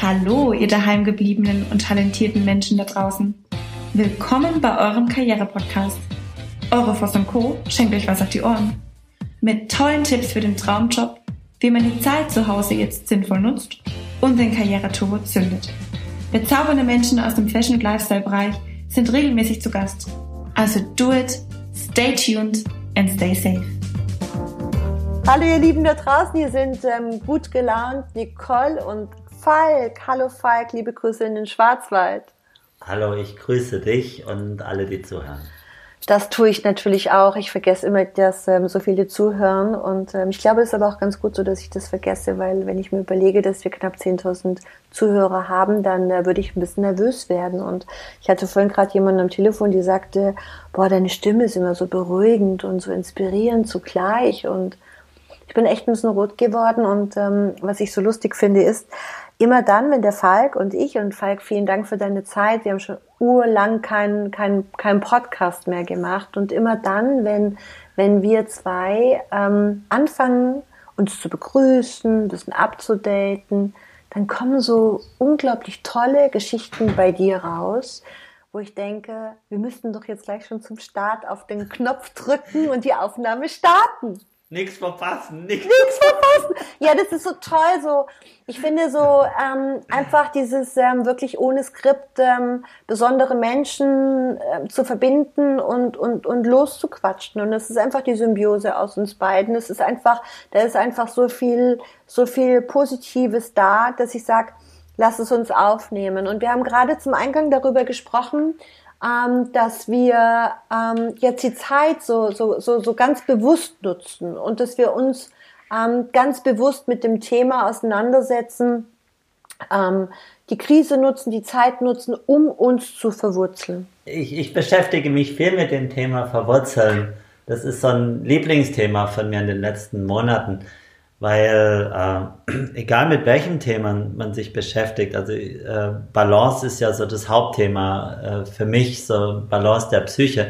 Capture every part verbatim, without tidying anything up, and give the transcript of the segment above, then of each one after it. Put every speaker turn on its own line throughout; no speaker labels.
Hallo, ihr daheimgebliebenen und talentierten Menschen da draußen. Willkommen bei eurem Karriere-Podcast. Eure Voss und Co. schenkt euch was auf die Ohren. Mit tollen Tipps für den Traumjob, wie man die Zeit zu Hause jetzt sinnvoll nutzt und den Karriereturbo zündet. Bezaubernde Menschen aus dem Fashion- und Lifestyle-Bereich sind regelmäßig zu Gast. Also do it, stay tuned and stay safe.
Hallo ihr Lieben da draußen, hier sind ähm, gut gelaunt Nicole und Falk. Hallo Falk, liebe Grüße in den Schwarzwald.
Hallo, ich grüße dich und alle, die zuhören.
Das tue ich natürlich auch. Ich vergesse immer, dass ähm, so viele zuhören und ähm, ich glaube, es ist aber auch ganz gut so, dass ich das vergesse, weil wenn ich mir überlege, dass wir knapp zehntausend Zuhörer haben, dann äh, würde ich ein bisschen nervös werden. Und ich hatte vorhin gerade jemanden am Telefon, die sagte, boah, deine Stimme ist immer so beruhigend und so inspirierend zugleich. Und ich bin echt ein bisschen rot geworden und ähm, was ich so lustig finde ist, immer dann, wenn der Falk und ich, und Falk, vielen Dank für deine Zeit, wir haben schon urlang keinen kein, kein Podcast mehr gemacht, und immer dann, wenn, wenn wir zwei ähm, anfangen, uns zu begrüßen, ein bisschen abzudaten, dann kommen so unglaublich tolle Geschichten bei dir raus, wo ich denke, wir müssten doch jetzt gleich schon zum Start auf den Knopf drücken und die Aufnahme starten.
Nichts verpassen, nichts
Nichts verpassen. Ja, das ist so toll, so, ich finde so, ähm, einfach dieses, ähm, wirklich ohne Skript, ähm, besondere Menschen, ähm, zu verbinden und, und, und loszuquatschen. Und es ist einfach die Symbiose aus uns beiden. Es ist einfach, da ist einfach so viel, so viel Positives da, dass ich sage, lass es uns aufnehmen. Und wir haben gerade zum Eingang darüber gesprochen, Ähm, dass wir ähm, jetzt die Zeit so, so, so, so ganz bewusst nutzen und dass wir uns ähm, ganz bewusst mit dem Thema auseinandersetzen, ähm, die Krise nutzen, die Zeit nutzen, um uns zu verwurzeln.
Ich, ich beschäftige mich viel mit dem Thema Verwurzeln. Das ist so ein Lieblingsthema von mir in den letzten Monaten, weil äh, egal mit welchem Thema man sich beschäftigt, also äh, Balance ist ja so das Hauptthema äh, für mich, so Balance der Psyche.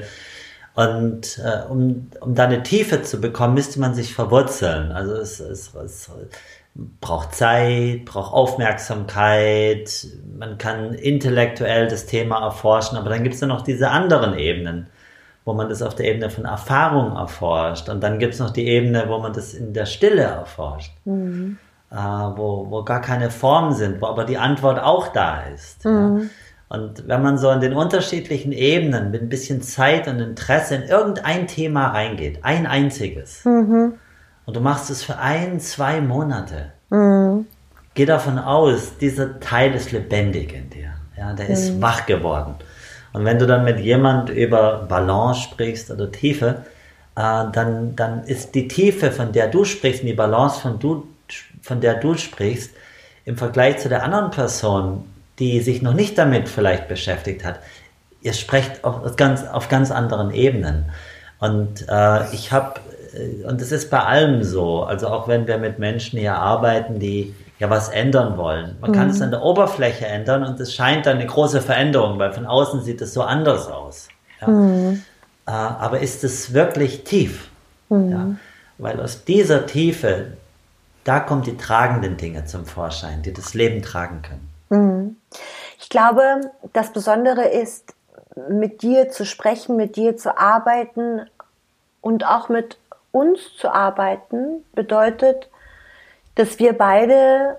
Und äh, um, um da eine Tiefe zu bekommen, müsste man sich verwurzeln. Also es, es, es braucht Zeit, braucht Aufmerksamkeit, man kann intellektuell das Thema erforschen, aber dann gibt es ja noch diese anderen Ebenen, wo man das auf der Ebene von Erfahrung erforscht. Und dann gibt es noch die Ebene, wo man das in der Stille erforscht, mhm. äh, wo, wo gar keine Formen sind, wo aber die Antwort auch da ist. Mhm. Ja. Und wenn man so in den unterschiedlichen Ebenen mit ein bisschen Zeit und Interesse in irgendein Thema reingeht, ein einziges, mhm. und du machst es für ein, zwei Monate, mhm. geh davon aus, dieser Teil ist lebendig in dir. Ja, der mhm. ist wach geworden. Und wenn du dann mit jemand über Balance sprichst oder Tiefe, äh, dann, dann ist die Tiefe, von der du sprichst, und die Balance, von, du, von der du sprichst, im Vergleich zu der anderen Person, die sich noch nicht damit vielleicht beschäftigt hat, ihr sprecht auf ganz, auf ganz anderen Ebenen. Und äh, ich habe, und das ist bei allem so, also auch wenn wir mit Menschen hier arbeiten, die ja was ändern wollen. Man mhm. kann es an der Oberfläche ändern und es scheint dann eine große Veränderung, weil von außen sieht es so anders aus. Ja? Mhm. Äh, aber ist es wirklich tief? Mhm. Ja? Weil aus dieser Tiefe, da kommen die tragenden Dinge zum Vorschein, die das Leben tragen können.
Mhm. Ich glaube, das Besondere ist, mit dir zu sprechen, mit dir zu arbeiten und auch mit uns zu arbeiten, bedeutet, dass wir beide,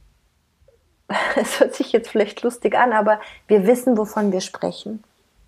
es hört sich jetzt vielleicht lustig an, aber wir wissen, wovon wir sprechen.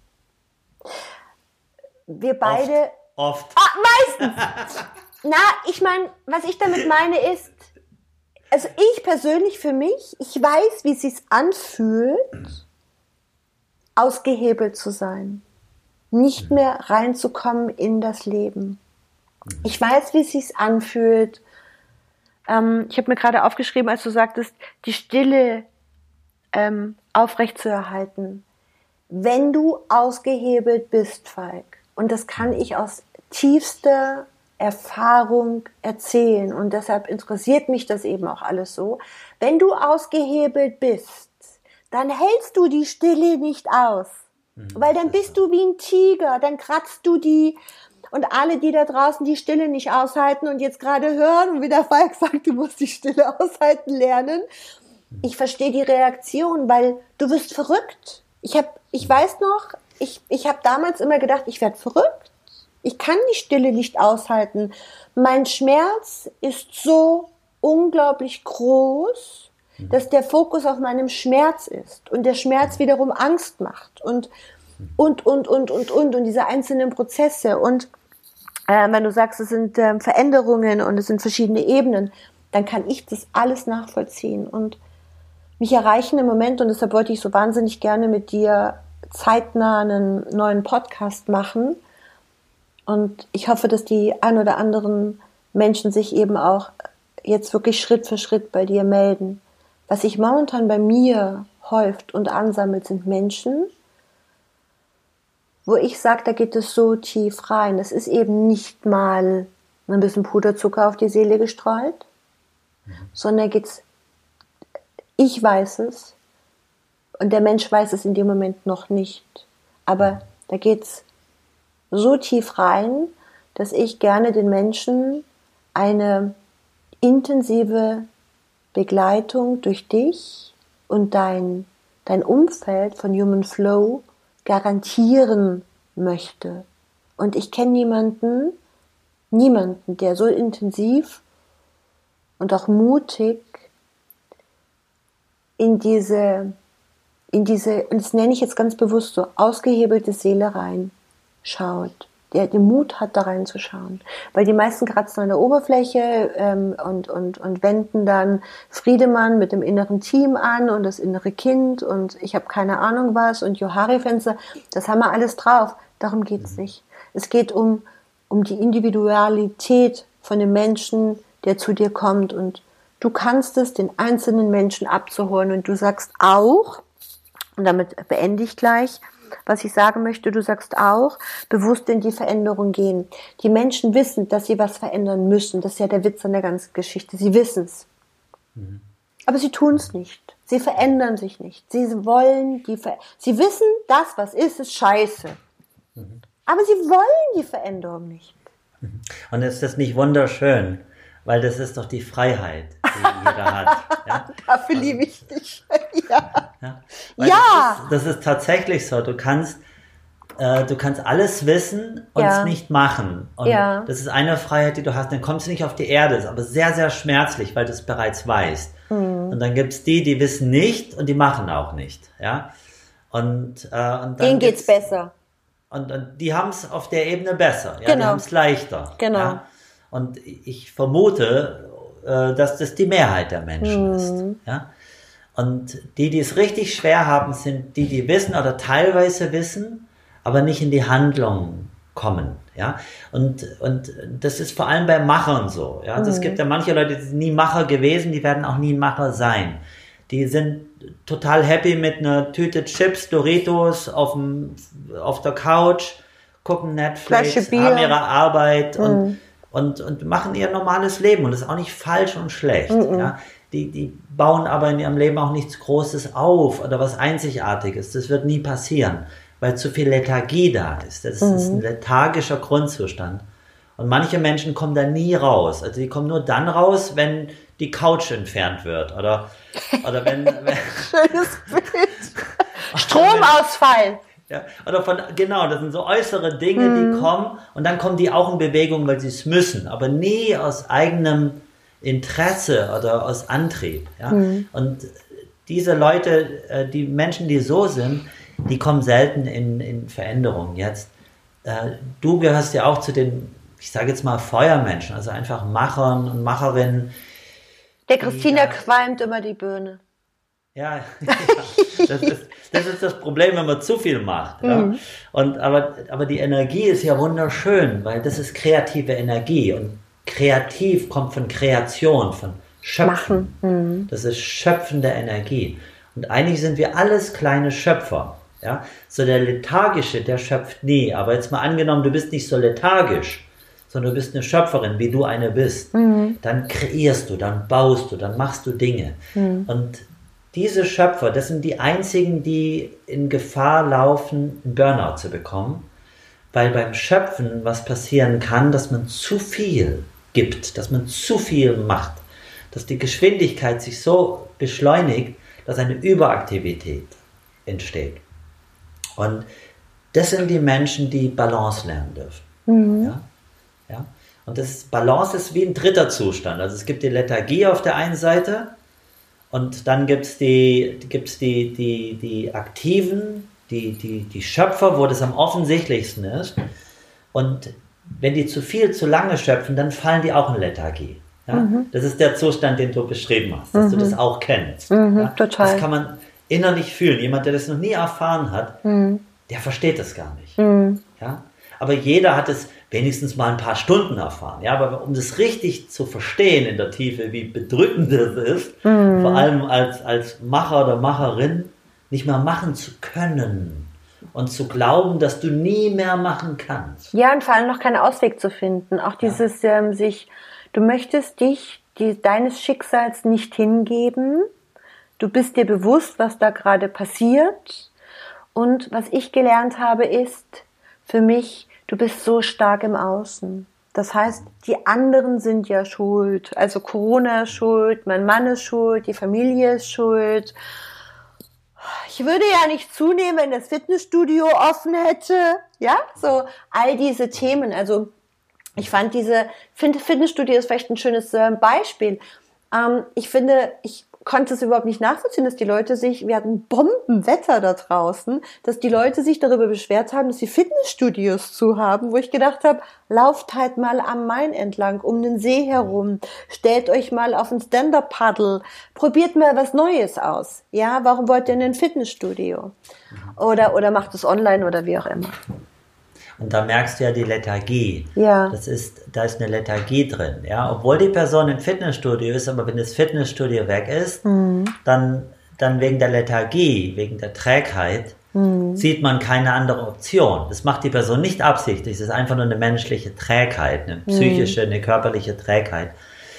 Wir beide...
Oft. oft.
Ah, meistens! Na, ich meine, was ich damit meine ist, also ich persönlich für mich, ich weiß, wie es sich anfühlt, ausgehebelt zu sein. Nicht mehr reinzukommen in das Leben. Ich weiß, wie es sich anfühlt. Ähm, ich habe mir gerade aufgeschrieben, als du sagtest, die Stille ähm, aufrechtzuerhalten. Wenn du ausgehebelt bist, Falk, und das kann ich aus tiefster Erfahrung erzählen und deshalb interessiert mich das eben auch alles so, wenn du ausgehebelt bist, dann hältst du die Stille nicht aus, mhm, weil dann bist du wie ein Tiger, dann kratzt du die. Und alle, die da draußen die Stille nicht aushalten und jetzt gerade hören und wie der Falk sagt, du musst die Stille aushalten lernen, ich verstehe die Reaktion, weil du wirst verrückt. Ich hab, ich weiß noch, ich, ich habe damals immer gedacht, ich werde verrückt. Ich kann die Stille nicht aushalten. Mein Schmerz ist so unglaublich groß, dass der Fokus auf meinem Schmerz ist und der Schmerz wiederum Angst macht und und und und und und und diese einzelnen Prozesse und äh, wenn du sagst, es sind äh, Veränderungen und es sind verschiedene Ebenen, dann kann ich das alles nachvollziehen und mich erreichen im Moment und deshalb wollte ich so wahnsinnig gerne mit dir zeitnah einen neuen Podcast machen und ich hoffe, dass die ein oder anderen Menschen sich eben auch jetzt wirklich Schritt für Schritt bei dir melden. Was sich momentan bei mir häuft und ansammelt, sind Menschen, wo ich sage, da geht es so tief rein. Es ist eben nicht mal ein bisschen Puderzucker auf die Seele gestreut, mhm. sondern geht's, ich weiß es und der Mensch weiß es in dem Moment noch nicht. Aber da geht es so tief rein, dass ich gerne den Menschen eine intensive Begleitung durch dich und dein, dein Umfeld von Human Flow garantieren möchte. Und ich kenne niemanden, niemanden, der so intensiv und auch mutig in diese, in diese, und das nenne ich jetzt ganz bewusst so, ausgehebelte Seele reinschaut. Der den Mut hat, da reinzuschauen. Weil die meisten kratzen an der Oberfläche ähm, und, und, und wenden dann Friedemann mit dem inneren Team an und das innere Kind und ich habe keine Ahnung was und Johari-Fenster, das haben wir alles drauf. Darum geht's nicht. Es geht um, um die Individualität von dem Menschen, der zu dir kommt und du kannst es, den einzelnen Menschen abzuholen und du sagst auch, und damit beende ich gleich, was ich sagen möchte, du sagst auch, bewusst in die Veränderung gehen. Die Menschen wissen, dass sie was verändern müssen. Das ist ja der Witz an der ganzen Geschichte. Sie wissen es. Mhm. Aber sie tun es nicht. Sie verändern sich nicht. Sie wollen die Ver- Sie wissen, das, was ist, ist scheiße. Mhm. Aber sie wollen die Veränderung nicht.
Und ist das nicht wunderschön? Weil das ist doch die Freiheit, die jeder hat. Ja?
Dafür also, liebe ich dich. Ja.
Ja.
ja.
Das, ist, das ist tatsächlich so. Du kannst, äh, du kannst alles wissen und ja. es nicht machen. Und ja. das ist eine Freiheit, die du hast. Dann kommst du nicht auf die Erde. Das ist aber sehr, sehr schmerzlich, weil du es bereits weißt. Mhm. Und dann gibt es die, die wissen nicht und die machen auch nicht. Ja? Und, äh, und dann
denen geht's besser.
Und, und die haben es auf der Ebene besser. Ja?
Genau.
Die haben es leichter.
Genau.
Ja? Und ich vermute, dass das die Mehrheit der Menschen mhm. ist. Ja? Und die, die es richtig schwer haben, sind die, die wissen oder teilweise wissen, aber nicht in die Handlung kommen. Ja? Und, und das ist vor allem bei Machern so. Ja? Also mhm. Es gibt ja manche Leute, die sind nie Macher gewesen, die werden auch nie Macher sein. Die sind total happy mit einer Tüte Chips, Doritos auf, dem, auf der Couch, gucken Netflix, haben ihre Arbeit mhm. und Und, und machen ihr normales Leben und das ist auch nicht falsch und schlecht. Mm-mm. Ja? Die, die bauen aber in ihrem Leben auch nichts Großes auf oder was Einzigartiges. Das wird nie passieren, weil zu viel Lethargie da ist. Das mm. ist ein lethargischer Grundzustand. Und manche Menschen kommen da nie raus. Also die kommen nur dann raus, wenn die Couch entfernt wird oder, oder wenn... wenn
Schönes Bild. Stromausfall.
Ja, oder von, genau, das sind so äußere Dinge, mhm. die kommen und dann kommen die auch in Bewegung, weil sie es müssen, aber nie aus eigenem Interesse oder aus Antrieb. Ja? Mhm. Und diese Leute, die Menschen, die so sind, die kommen selten in, in Veränderung. Jetzt, du gehörst ja auch zu den, ich sage jetzt mal Feuermenschen, also einfach Machern und Macherinnen.
Der Christina die, qualmt immer die Birne.
Ja, ja das, ist, das ist das Problem, wenn man zu viel macht. Ja? Mhm. Und, aber, aber die Energie ist ja wunderschön, weil das ist kreative Energie. Und kreativ kommt von Kreation, von Schöpfen. Mhm. Das ist schöpfende Energie. Und eigentlich sind wir alles kleine Schöpfer. Ja? So der Lethargische, der schöpft nie. Aber jetzt mal angenommen, du bist nicht so lethargisch, sondern du bist eine Schöpferin, wie du eine bist. Mhm. Dann kreierst du, dann baust du, dann machst du Dinge. Mhm. Und diese Schöpfer, das sind die einzigen, die in Gefahr laufen, einen Burnout zu bekommen, weil beim Schöpfen was passieren kann, dass man zu viel gibt, dass man zu viel macht, dass die Geschwindigkeit sich so beschleunigt, dass eine Überaktivität entsteht. Und das sind die Menschen, die Balance lernen dürfen. Mhm. Ja? Ja? Und das Balance ist wie ein dritter Zustand. Also es gibt die Lethargie auf der einen Seite und dann gibt es die, gibt's die, die, die Aktiven, die, die, die Schöpfer, wo das am offensichtlichsten ist. Und wenn die zu viel, zu lange schöpfen, dann fallen die auch in Lethargie. Ja? Mhm. Das ist der Zustand, den du beschrieben hast, dass mhm. du das auch kennst.
Mhm,
ja?
Total.
Das kann man innerlich fühlen. Jemand, der das noch nie erfahren hat, mhm. der versteht das gar nicht.
Mhm.
Ja? Aber jeder hat es wenigstens mal ein paar Stunden erfahren. Ja? Aber um das richtig zu verstehen in der Tiefe, wie bedrückend das ist, mhm. vor allem als, als Macher oder Macherin, nicht mehr machen zu können und zu glauben, dass du nie mehr machen kannst.
Ja, und vor allem noch keinen Ausweg zu finden. Auch dieses ja. ähm, sich, du möchtest dich die, deines Schicksals nicht hingeben. Du bist dir bewusst, was da gerade passiert. Und was ich gelernt habe, ist für mich, du bist so stark im Außen. Das heißt, die anderen sind ja schuld. Also Corona ist schuld, mein Mann ist schuld, die Familie ist schuld. Ich würde ja nicht zunehmen, wenn das Fitnessstudio offen hätte. Ja, so all diese Themen. Also ich fand diese, finde Fitnessstudio ist vielleicht ein schönes äh, Beispiel. Ähm, ich finde, ich konnte es überhaupt nicht nachvollziehen, dass die Leute sich, wir hatten Bombenwetter da draußen, dass die Leute sich darüber beschwert haben, dass die Fitnessstudios zu haben, wo ich gedacht habe, lauft halt mal am Main entlang, um den See herum, stellt euch mal auf ein Stand-Up-Paddle, probiert mal was Neues aus. Ja, warum wollt ihr in ein Fitnessstudio? Oder, oder macht es online oder wie auch immer.
Und da merkst du ja die Lethargie.
Ja.
Das ist, da ist eine Lethargie drin. Ja, obwohl die Person im Fitnessstudio ist, aber wenn das Fitnessstudio weg ist, mhm. dann, dann wegen der Lethargie, wegen der Trägheit, mhm. sieht man keine andere Option. Das macht die Person nicht absichtlich. Das ist einfach nur eine menschliche Trägheit, eine psychische, mhm. eine körperliche Trägheit.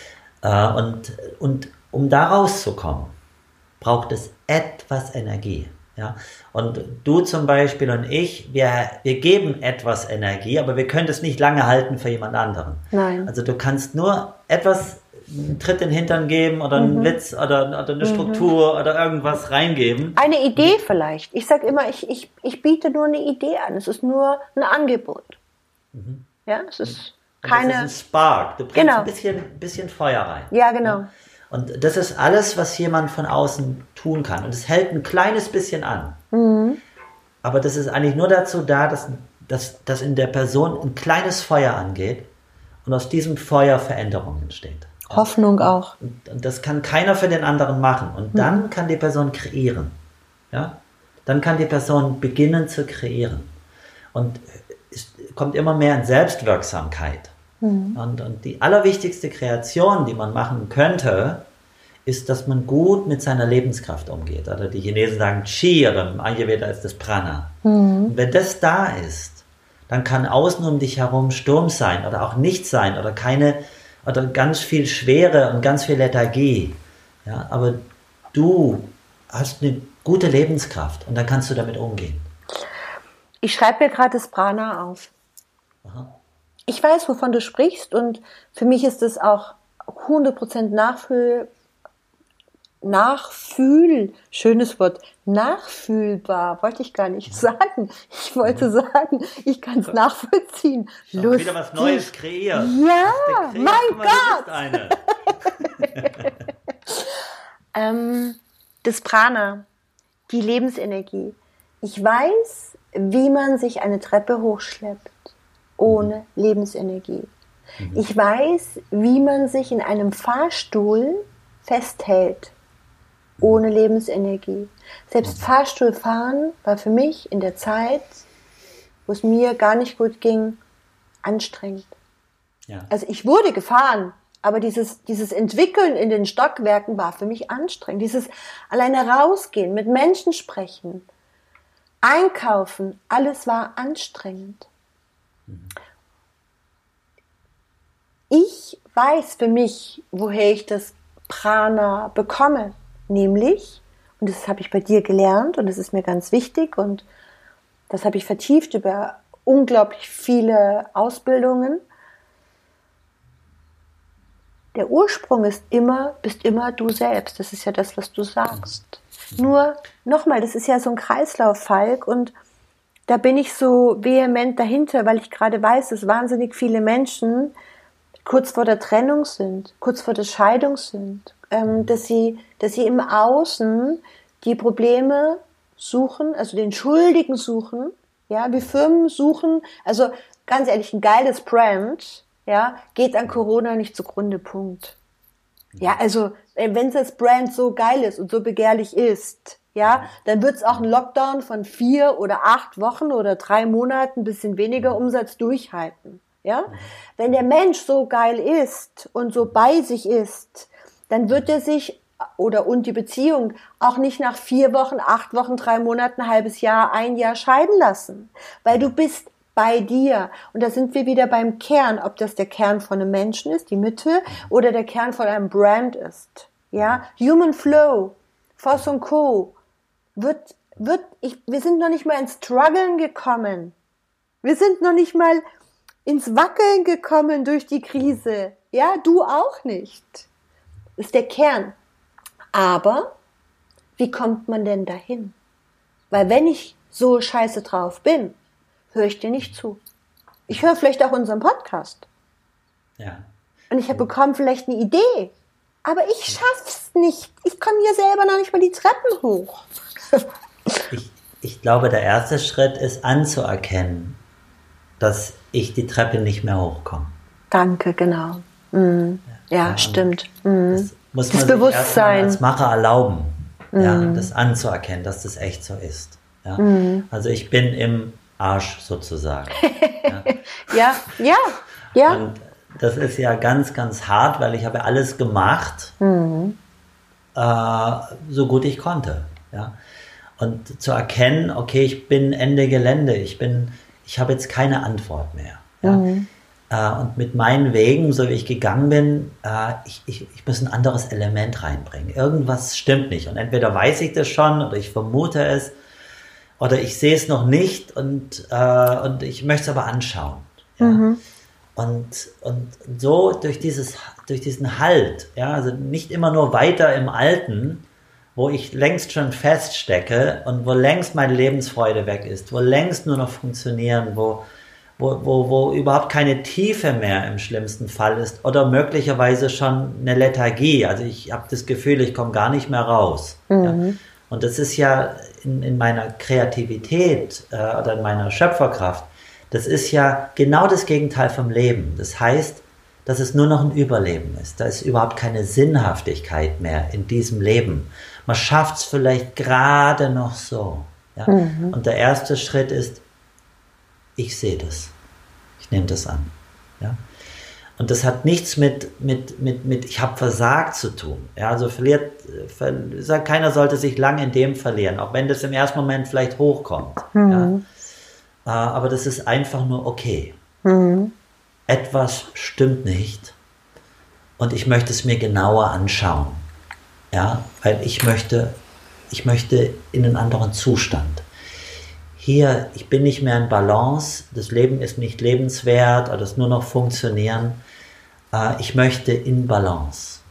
Und, und um da rauszukommen, braucht es etwas Energie. Ja, und du zum Beispiel und ich, wir, wir geben etwas Energie, aber wir können das nicht lange halten für jemand anderen.
Nein.
Also du kannst nur etwas, einen Tritt in den Hintern geben oder einen mhm. Witz oder, oder eine Struktur mhm. oder irgendwas reingeben.
Eine Idee vielleicht. Ich sage immer, ich, ich, ich biete nur eine Idee an. Es ist nur ein Angebot. Mhm. Ja, es ist keine...
Das ist ein Spark. Du bringst genau. ein bisschen, bisschen Feuer rein.
Ja, genau.
Ja? Und das ist alles, was jemand von außen tun kann. Und es hält ein kleines bisschen an. Mhm. Aber das ist eigentlich nur dazu da, dass, dass, dass in der Person ein kleines Feuer angeht und aus diesem Feuer Veränderung entsteht.
Hoffnung auch.
Und, und das kann keiner für den anderen machen. Und dann mhm. kann die Person kreieren. Ja? Dann kann die Person beginnen zu kreieren. Und es kommt immer mehr in Selbstwirksamkeit. Mhm. Und, und die allerwichtigste Kreation, die man machen könnte, ist, dass man gut mit seiner Lebenskraft umgeht. Oder die Chinesen sagen Qi, oder im Ayurveda ist das Prana. Mhm. Und wenn das da ist, dann kann außen um dich herum Sturm sein oder auch nichts sein oder keine, oder ganz viel Schwere und ganz viel Lethargie. Ja, aber du hast eine gute Lebenskraft und dann kannst du damit umgehen.
Ich schreibe mir gerade das Prana auf. Aha. Ich weiß, wovon du sprichst und für mich ist es auch hundert Prozent Nachfühl, Nachfühl, schönes Wort, nachfühlbar, wollte ich gar nicht sagen. Ich wollte sagen, ich kann es nachvollziehen.
Lustig. Wieder was Neues kreieren.
Ja, mein Gott. ähm, das Prana, die Lebensenergie. Ich weiß, wie man sich eine Treppe hochschleppt. Ohne Lebensenergie. Mhm. Ich weiß, wie man sich in einem Fahrstuhl festhält, ohne Lebensenergie. Selbst mhm. Fahrstuhlfahren war für mich in der Zeit, wo es mir gar nicht gut ging, anstrengend. Ja. Also ich wurde gefahren, aber dieses, dieses Entwickeln in den Stockwerken war für mich anstrengend. Dieses alleine rausgehen, mit Menschen sprechen, einkaufen, alles war anstrengend. Ich weiß für mich, woher ich das Prana bekomme, nämlich, und das habe ich bei dir gelernt und das ist mir ganz wichtig und das habe ich vertieft über unglaublich viele Ausbildungen. der Ursprung ist immer, bist immer du selbst. Das ist ja das, was du sagst. Nur, nochmal, das ist ja so ein Kreislauf, Falk, und da bin ich so vehement dahinter, weil ich gerade weiß, dass wahnsinnig viele Menschen kurz vor der Trennung sind, kurz vor der Scheidung sind, ähm, dass sie, dass sie im Außen die Probleme suchen, also den Schuldigen suchen, ja, wie Firmen suchen, also ganz ehrlich, ein geiles Brand, ja, geht an Corona nicht zugrunde, Punkt. Ja, also, wenn das Brand so geil ist und so begehrlich ist, ja, dann wird es auch einen Lockdown von vier oder acht Wochen oder drei Monaten, ein bisschen weniger Umsatz durchhalten, ja. Wenn der Mensch so geil ist und so bei sich ist, dann wird er sich, oder und die Beziehung, auch nicht nach vier Wochen, acht Wochen, drei Monaten, ein halbes Jahr, ein Jahr scheiden lassen, weil du bist bei dir. Und da sind wir wieder beim Kern, ob das der Kern von einem Menschen ist, die Mitte, oder der Kern von einem Brand ist. Ja, Human Flow, Voss und Co. wird, wird, ich, wir sind noch nicht mal ins Struggeln gekommen. Wir sind noch nicht mal ins Wackeln gekommen durch die Krise. Ja, du auch nicht. Das ist der Kern. Aber wie kommt man denn dahin? Weil wenn ich so scheiße drauf bin, höre ich dir nicht zu. Ich höre vielleicht auch unseren Podcast.
Ja.
Und ich habe bekommen vielleicht eine Idee. Aber ich schaff's nicht. Ich komme hier selber noch nicht mal die Treppen hoch.
ich, ich glaube, der erste Schritt ist anzuerkennen, dass ich die Treppe nicht mehr hochkomme.
Danke, genau. Mhm. Ja, ja, stimmt. Mhm.
Das muss man
das
sich
Bewusstsein.
Als Macher erlauben,
mhm.
ja, das anzuerkennen, dass das echt so ist. Ja.
Mhm.
Also ich bin im Arsch sozusagen.
ja, ja, ja. ja.
Und das ist ja ganz, ganz hart, weil ich habe alles gemacht, mhm. äh, so gut ich konnte. Ja. Und zu erkennen, okay, ich bin Ende Gelände, ich bin, ich habe jetzt keine Antwort mehr. Ja. Mhm. Äh, und mit meinen Wegen, so wie ich gegangen bin, äh, ich, ich, ich muss ein anderes Element reinbringen. Irgendwas stimmt nicht. Und entweder weiß ich das schon oder ich vermute es, oder ich sehe es noch nicht und, äh, und ich möchte es aber anschauen. Ja? Mhm. Und, und so durch, dieses, durch diesen Halt, ja, also nicht immer nur weiter im Alten, wo ich längst schon feststecke und wo längst meine Lebensfreude weg ist, wo längst nur noch funktionieren, wo, wo, wo, wo überhaupt keine Tiefe mehr im schlimmsten Fall ist oder möglicherweise schon eine Lethargie. Also ich habe das Gefühl, ich komme gar nicht mehr raus. Mhm. Ja? Und das ist ja in, in meiner Kreativität äh, oder in meiner Schöpferkraft, das ist ja genau das Gegenteil vom Leben. Das heißt, dass es nur noch ein Überleben ist. Da ist überhaupt keine Sinnhaftigkeit mehr in diesem Leben. Man schafft es vielleicht gerade noch so. Ja? Mhm. Und der erste Schritt ist, ich sehe das. Ich nehme das an. Ja? Und das hat nichts mit, mit, mit, mit ich habe versagt zu tun. Ja, also verliert, ver, keiner sollte sich lange in dem verlieren, auch wenn das im ersten Moment vielleicht hochkommt. Mhm. Ja. Aber das ist einfach nur okay. Mhm. Etwas stimmt nicht und ich möchte es mir genauer anschauen. Ja, weil ich möchte, ich möchte in einen anderen Zustand. Hier, ich bin nicht mehr in Balance, das Leben ist nicht lebenswert oder es nur noch funktionieren. Äh, ich möchte in Balance.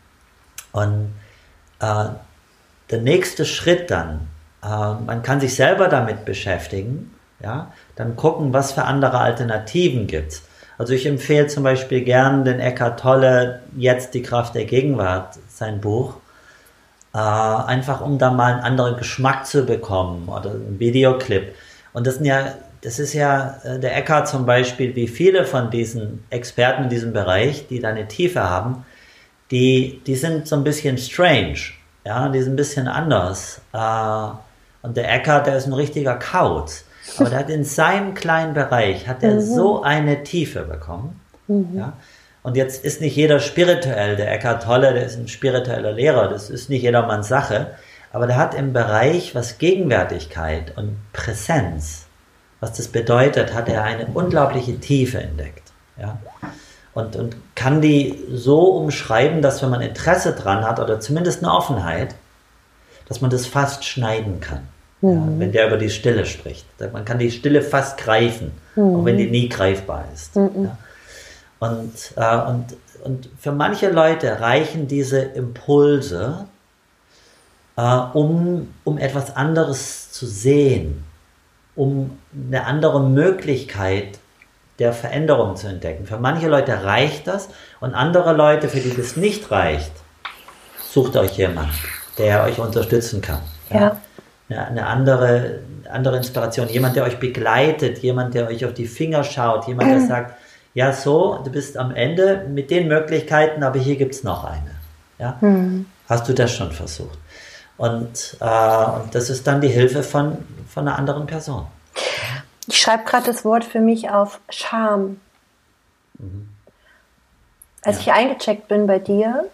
Und äh, der nächste Schritt dann, äh, man kann sich selber damit beschäftigen, ja, dann gucken, was für andere Alternativen gibt es. Also ich empfehle zum Beispiel gern den Eckhart Tolle, Jetzt die Kraft der Gegenwart, sein Buch. Äh, einfach um da mal einen anderen Geschmack zu bekommen oder einen Videoclip. Und das sind ja, das ist ja äh, der Eckhart zum Beispiel, wie viele von diesen Experten in diesem Bereich, die da eine Tiefe haben, die, die sind so ein bisschen strange, ja, die sind ein bisschen anders. Äh, und der Eckhart, der ist ein richtiger Kauz. Aber der hat in seinem kleinen Bereich, hat er mhm. so eine Tiefe bekommen, mhm. ja. Und jetzt ist nicht jeder spirituell, der Eckhart Tolle, der ist ein spiritueller Lehrer, das ist nicht jedermanns Sache, aber der hat im Bereich, was Gegenwärtigkeit und Präsenz, was das bedeutet, hat er eine unglaubliche Tiefe entdeckt. Ja? Und, und kann die so umschreiben, dass wenn man Interesse dran hat oder zumindest eine Offenheit, dass man das fast schneiden kann, mhm. ja? Wenn der über die Stille spricht. Man kann die Stille fast greifen, mhm. auch wenn die nie greifbar ist. Mhm. Ja? Und, äh, und, und für manche Leute reichen diese Impulse, äh, um, um etwas anderes zu sehen, um eine andere Möglichkeit der Veränderung zu entdecken. Für manche Leute reicht das und andere Leute, für die das nicht reicht, sucht euch jemand, der euch unterstützen kann. Ja. Ja. Eine, eine andere, andere Inspiration, jemand, der euch begleitet, jemand, der euch auf die Finger schaut, jemand, der sagt, ja so, du bist am Ende mit den Möglichkeiten, aber hier gibt es noch eine. Ja? Mhm. Hast du das schon versucht? Und, äh, und das ist dann die Hilfe von, von einer anderen Person.
Ich schreibe gerade das Wort für mich auf Scham. Mhm. Als ja. ich eingecheckt bin bei dir,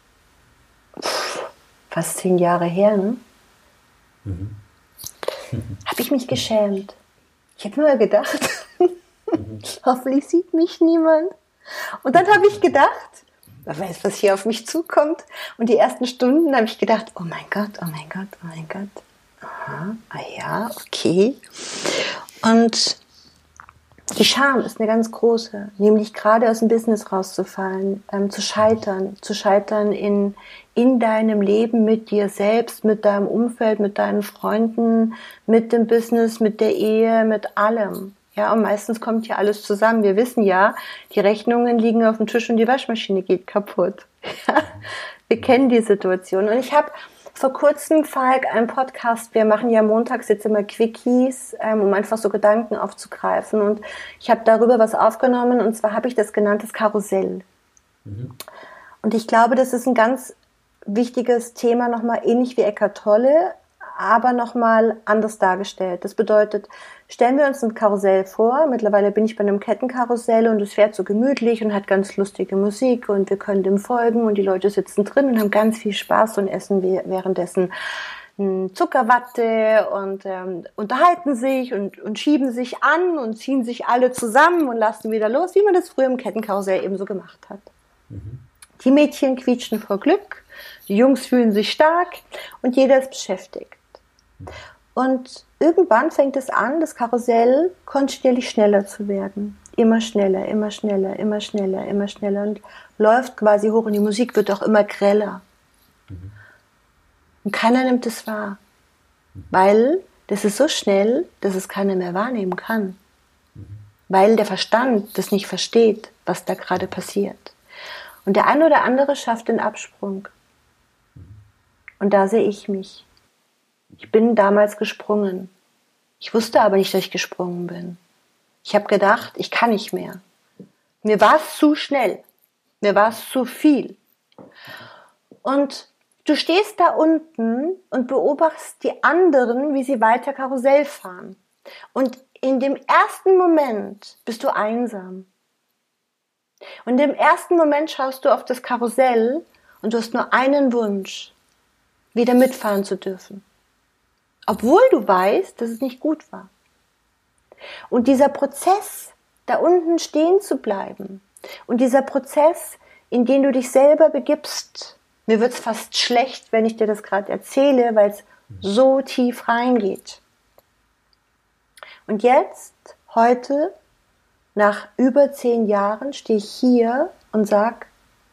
pff, fast zehn Jahre her, ne? Mhm. habe ich mich geschämt. Ich habe nur gedacht, mhm. hoffentlich sieht mich niemand. Und dann habe ich gedacht, wer weiß, was hier auf mich zukommt. Und die ersten Stunden habe ich gedacht, oh mein Gott, oh mein Gott, oh mein Gott. Aha, ah ja, okay. Und die Scham ist eine ganz große, nämlich gerade aus dem Business rauszufallen, ähm, zu scheitern, zu scheitern in, in deinem Leben mit dir selbst, mit deinem Umfeld, mit deinen Freunden, mit dem Business, mit der Ehe, mit allem. Ja, und meistens kommt hier alles zusammen. Wir wissen ja, die Rechnungen liegen auf dem Tisch und die Waschmaschine geht kaputt. Ja, wir kennen die Situation. Und ich habe vor kurzem, Falk, einen Podcast, wir machen ja montags jetzt immer Quickies, ähm, um einfach so Gedanken aufzugreifen. Und ich habe darüber was aufgenommen, und zwar habe ich das genannt, das Karussell. Mhm. Und ich glaube, das ist ein ganz wichtiges Thema, nochmal ähnlich wie Eckhart Tolle, aber nochmal anders dargestellt. Das bedeutet, stellen wir uns ein Karussell vor. Mittlerweile bin ich bei einem Kettenkarussell und es fährt so gemütlich und hat ganz lustige Musik und wir können dem folgen und die Leute sitzen drin und haben ganz viel Spaß und essen währenddessen Zuckerwatte und ähm, unterhalten sich und, und schieben sich an und ziehen sich alle zusammen und lassen wieder los, wie man das früher im Kettenkarussell eben so gemacht hat. Mhm. Die Mädchen quietschen vor Glück, die Jungs fühlen sich stark und jeder ist beschäftigt. Und irgendwann fängt es an, das Karussell kontinuierlich schneller zu werden. Immer schneller, immer schneller, immer schneller, immer schneller und läuft quasi hoch und die Musik wird auch immer greller. Mhm. Und keiner nimmt es wahr, weil das ist so schnell, dass es keiner mehr wahrnehmen kann. Mhm. Weil der Verstand das nicht versteht, was da gerade passiert. Und der eine oder andere schafft den Absprung. Und da sehe ich mich. Ich bin damals gesprungen. Ich wusste aber nicht, dass ich gesprungen bin. Ich habe gedacht, ich kann nicht mehr. Mir war es zu schnell. Mir war es zu viel. Und du stehst da unten und beobachtest die anderen, wie sie weiter Karussell fahren. Und in dem ersten Moment bist du einsam. Und im ersten Moment schaust du auf das Karussell und du hast nur einen Wunsch, wieder mitfahren zu dürfen. Obwohl du weißt, dass es nicht gut war. Und dieser Prozess, da unten stehen zu bleiben und dieser Prozess, in den du dich selber begibst, mir wird's fast schlecht, wenn ich dir das gerade erzähle, weil es so tief reingeht. Und jetzt, heute, nach über zehn Jahren, stehe ich hier und sag,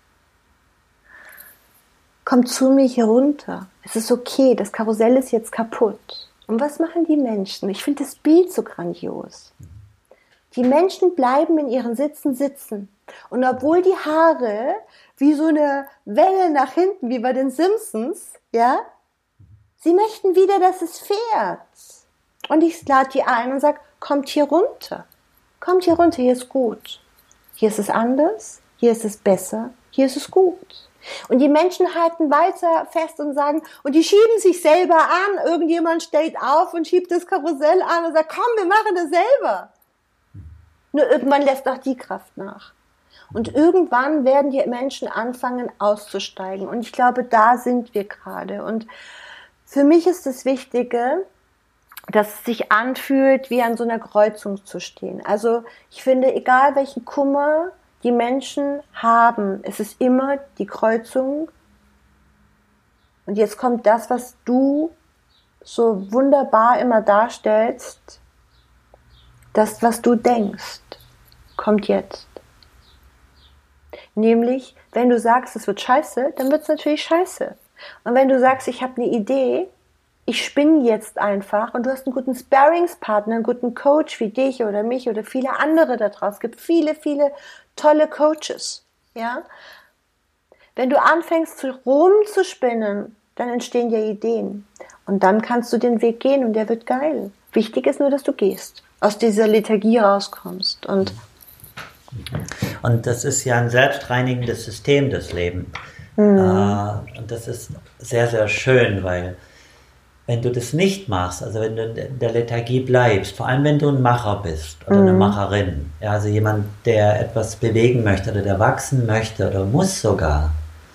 komm zu mir hier runter. Es ist okay, das Karussell ist jetzt kaputt. Und was machen die Menschen? Ich finde das Bild so grandios. Die Menschen bleiben in ihren Sitzen sitzen. Und obwohl die Haare wie so eine Welle nach hinten, wie bei den Simpsons, ja, sie möchten wieder, dass es fährt. Und ich lade die ein und sage, kommt hier runter. Kommt hier runter, hier ist gut. Hier ist es anders, hier ist es besser, hier ist es gut. Und die Menschen halten weiter fest und sagen, und die schieben sich selber an. Irgendjemand steht auf und schiebt das Karussell an und sagt, komm, wir machen das selber. Nur irgendwann lässt auch die Kraft nach. Und irgendwann werden die Menschen anfangen auszusteigen. Und ich glaube, da sind wir gerade. Und für mich ist das Wichtige, dass es sich anfühlt, wie an so einer Kreuzung zu stehen. Also ich finde, egal welchen Kummer die Menschen haben, es ist immer die Kreuzung. Und jetzt kommt das, was du so wunderbar immer darstellst. Das, was du denkst, kommt jetzt. Nämlich, wenn du sagst, es wird scheiße, dann wird es natürlich scheiße. Und wenn du sagst, ich habe eine Idee, ich spinne jetzt einfach und du hast einen guten Sparringspartner, einen guten Coach wie dich oder mich oder viele andere da draußen. Es gibt viele, viele tolle Coaches. Ja? Wenn du anfängst rumzuspinnen, dann entstehen ja Ideen. Und dann kannst du den Weg gehen und der wird geil. Wichtig ist nur, dass du gehst, aus dieser Lethargie rauskommst. Und,
und das ist ja ein selbstreinigendes System, das Leben. Mhm. Äh, und das ist sehr, sehr schön, weil wenn du das nicht machst, also wenn du in der Lethargie bleibst, vor allem wenn du ein Macher bist oder mhm. eine Macherin, ja, also jemand, der etwas bewegen möchte oder der wachsen möchte oder muss sogar,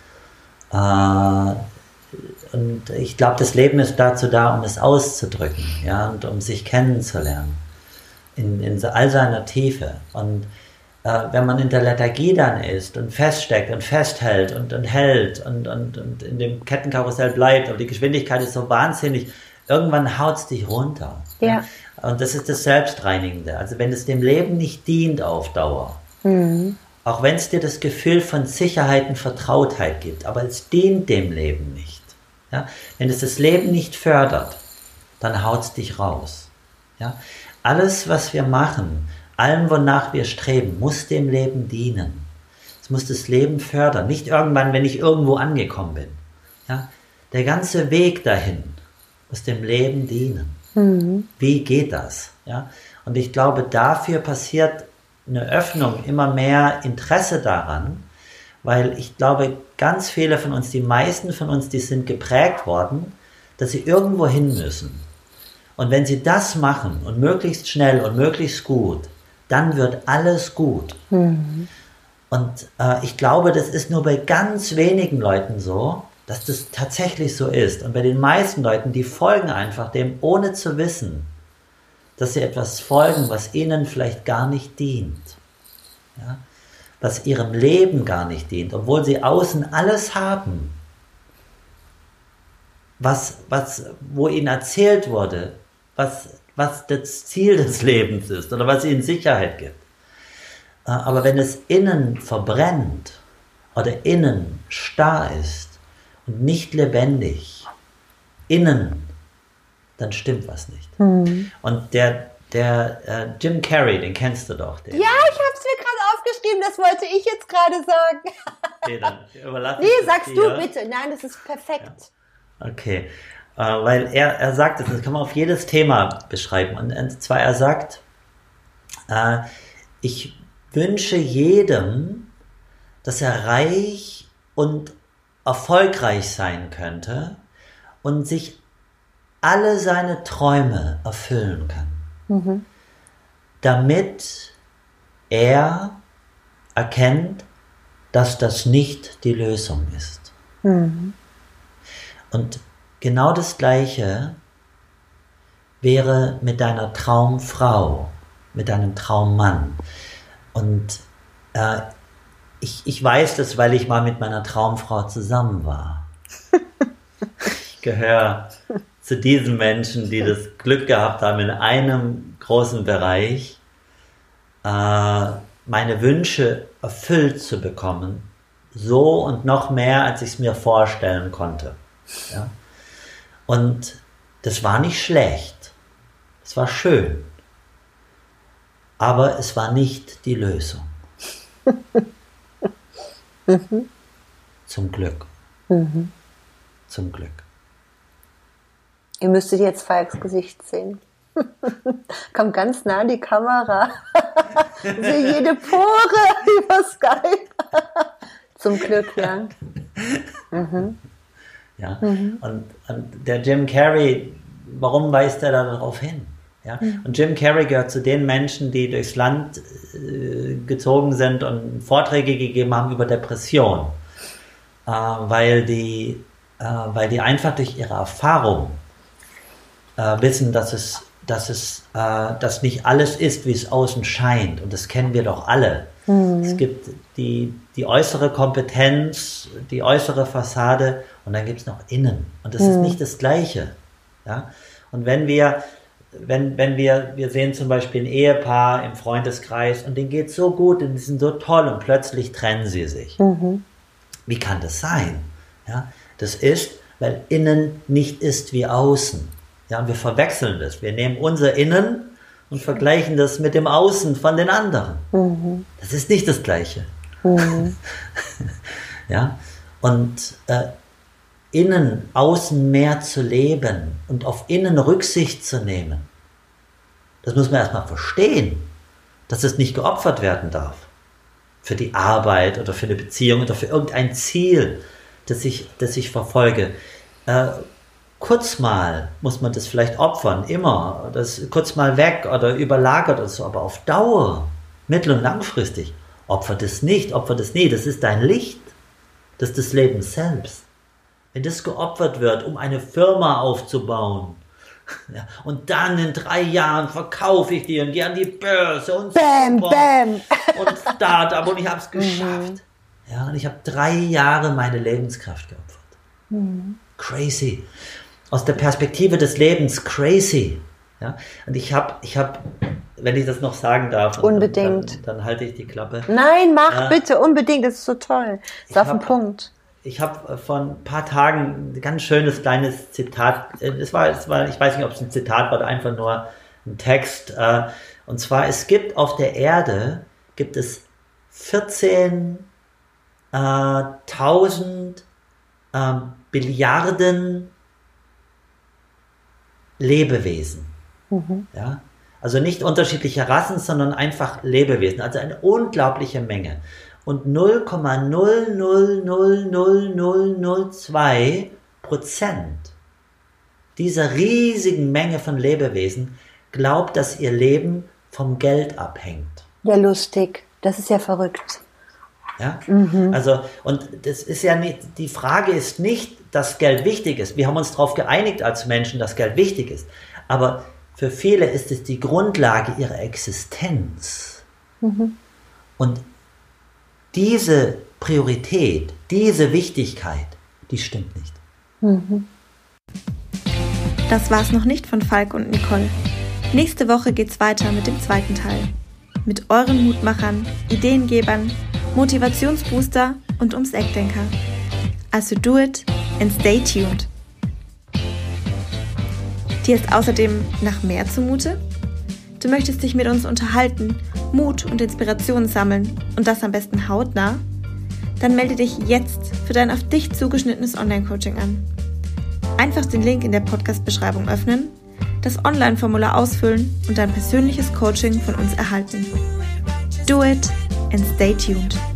äh, und ich glaube, das Leben ist dazu da, um es auszudrücken, ja, und um sich kennenzulernen in, in all seiner Tiefe. Und äh, wenn man in der Lethargie dann ist und feststeckt und festhält und, und hält und, und, und in dem Kettenkarussell bleibt, aber die Geschwindigkeit ist so wahnsinnig, irgendwann haut es dich runter.
Ja.
Ja. Und das ist das Selbstreinigende. Also wenn es dem Leben nicht dient auf Dauer, mhm. auch wenn es dir das Gefühl von Sicherheit und Vertrautheit gibt, aber es dient dem Leben nicht. Ja? Wenn es das Leben nicht fördert, dann haut es dich raus. Ja? Alles, was wir machen, allem, wonach wir streben, muss dem Leben dienen. Es muss das Leben fördern. Nicht irgendwann, wenn ich irgendwo angekommen bin. Ja? Der ganze Weg dahin muss dem Leben dienen. Mhm. Wie geht das? Ja? Und ich glaube, dafür passiert eine Öffnung, immer mehr Interesse daran, weil ich glaube, ganz viele von uns, die meisten von uns, die sind geprägt worden, dass sie irgendwo hin müssen. Und wenn sie das machen und möglichst schnell und möglichst gut, dann wird alles gut. Mhm. Und äh, ich glaube, das ist nur bei ganz wenigen Leuten so, dass das tatsächlich so ist. Und bei den meisten Leuten, die folgen einfach dem, ohne zu wissen, dass sie etwas folgen, was ihnen vielleicht gar nicht dient. Ja? Was ihrem Leben gar nicht dient, obwohl sie außen alles haben, was, was, wo ihnen erzählt wurde, was, was das Ziel des Lebens ist oder was ihnen Sicherheit gibt. Aber wenn es innen verbrennt oder innen starr ist und nicht lebendig, innen, dann stimmt was nicht. Mhm. Und der, der äh, Jim Carrey, den kennst du doch. Den.
Ja, ich habe es mir gerade aufgeschrieben, das wollte ich jetzt gerade sagen.
Okay, dann überlasse
nee,
ich das
sagst
dir.
du bitte. Nein, das ist perfekt.
Ja. Okay, äh, weil er, er sagt, das kann man auf jedes Thema beschreiben. Und, und zwar er sagt, äh, ich wünsche jedem, dass er reich und erfolgreich sein könnte und sich alle seine Träume erfüllen kann. Mhm. Damit er erkennt, dass das nicht die Lösung ist. Mhm. Und genau das Gleiche wäre mit deiner Traumfrau, mit deinem Traummann. Und äh, ich, ich weiß das, weil ich mal mit meiner Traumfrau zusammen war. Ich gehöre zu diesen Menschen, die das Glück gehabt haben, in einem großen Bereich äh, meine Wünsche erfüllt zu bekommen, so und noch mehr, als ich es mir vorstellen konnte. Ja? Und das war nicht schlecht, es war schön, aber es war nicht die Lösung. Mhm. Zum Glück. Mhm. Zum Glück.
Ihr müsstet jetzt Falks Gesicht sehen. Kommt ganz nah an die Kamera. Sehe jede Pore über Skype. Zum Glück, ja. Mhm.
Ja. Mhm. Und, und der Jim Carrey, warum weist er da darauf hin? Ja? Mhm. Und Jim Carrey gehört zu den Menschen, die durchs Land äh, gezogen sind und Vorträge gegeben haben über Depression. Äh, weil, die, äh, weil die einfach durch ihre Erfahrung äh, wissen, dass es, dass es äh, dass nicht alles ist, wie es außen scheint. Und das kennen wir doch alle. Mhm. Es gibt die, die äußere Kompetenz, die äußere Fassade und dann gibt es noch innen. Und das mhm. ist nicht das Gleiche. Ja? Und wenn wir wenn, wenn wir, wir sehen zum Beispiel ein Ehepaar im Freundeskreis und denen geht es so gut und die sind so toll und plötzlich trennen sie sich. Mhm. Wie kann das sein? Ja, das ist, weil innen nicht ist wie außen. Ja, und wir verwechseln das. Wir nehmen unser Innen und vergleichen das mit dem Außen von den anderen. Mhm. Das ist nicht das Gleiche. Mhm. Ja, und äh, innen, außen mehr zu leben und auf innen Rücksicht zu nehmen, das muss man erstmal verstehen, dass es nicht geopfert werden darf. Für die Arbeit oder für eine Beziehung oder für irgendein Ziel, das ich, das ich verfolge. Äh, kurz mal muss man das vielleicht opfern, immer. Das kurz mal weg oder überlagert oder so, aber auf Dauer, mittel- und langfristig, opfert es nicht, opfert es nie. Das ist dein Licht, das ist das Leben selbst. Wenn das geopfert wird, um eine Firma aufzubauen, ja, und dann in drei Jahren verkaufe ich die und gehe an die Börse und
bam,
super
bam.
und Start-up und ich habe es geschafft. Mhm. Ja, und ich habe drei Jahre meine Lebenskraft geopfert. Mhm. Crazy. Aus der Perspektive des Lebens, crazy. Ja, und ich habe, ich habe, wenn ich das noch sagen darf,
unbedingt.
Dann, dann halte ich die Klappe.
Nein, mach äh, bitte, unbedingt, das ist so toll. Ist auf den Punkt.
Ich habe vor ein paar Tagen ein ganz schönes kleines Zitat, es war, es war, ich weiß nicht, ob es ein Zitat war oder einfach nur ein Text, und zwar, es gibt auf der Erde, gibt es vierzehntausend äh, Billiarden Lebewesen. Mhm. Ja? Also nicht unterschiedliche Rassen, sondern einfach Lebewesen, also eine unglaubliche Menge. Und null Komma null null null null null null zwei Prozent dieser riesigen Menge von Lebewesen glaubt, dass ihr Leben vom Geld abhängt.
Ja, lustig. Das ist ja verrückt.
Ja, mhm. Also, und das ist ja nicht, die Frage ist nicht, dass Geld wichtig ist. Wir haben uns darauf geeinigt als Menschen, dass Geld wichtig ist. Aber für viele ist es die Grundlage ihrer Existenz. Mhm. Und diese Priorität, diese Wichtigkeit, die stimmt nicht. Mhm.
Das war's noch nicht von Falk und Nicole. Nächste Woche geht's weiter mit dem zweiten Teil. Mit euren Mutmachern, Ideengebern, Motivationsbooster und ums Eckdenker. Also do it and stay tuned. Dir ist außerdem nach mehr zumute? Du möchtest dich mit uns unterhalten, Mut und Inspiration sammeln und das am besten hautnah? Dann melde dich jetzt für dein auf dich zugeschnittenes Online-Coaching an. Einfach den Link in der Podcast-Beschreibung öffnen, das Online-Formular ausfüllen und dein persönliches Coaching von uns erhalten. Do it and stay tuned.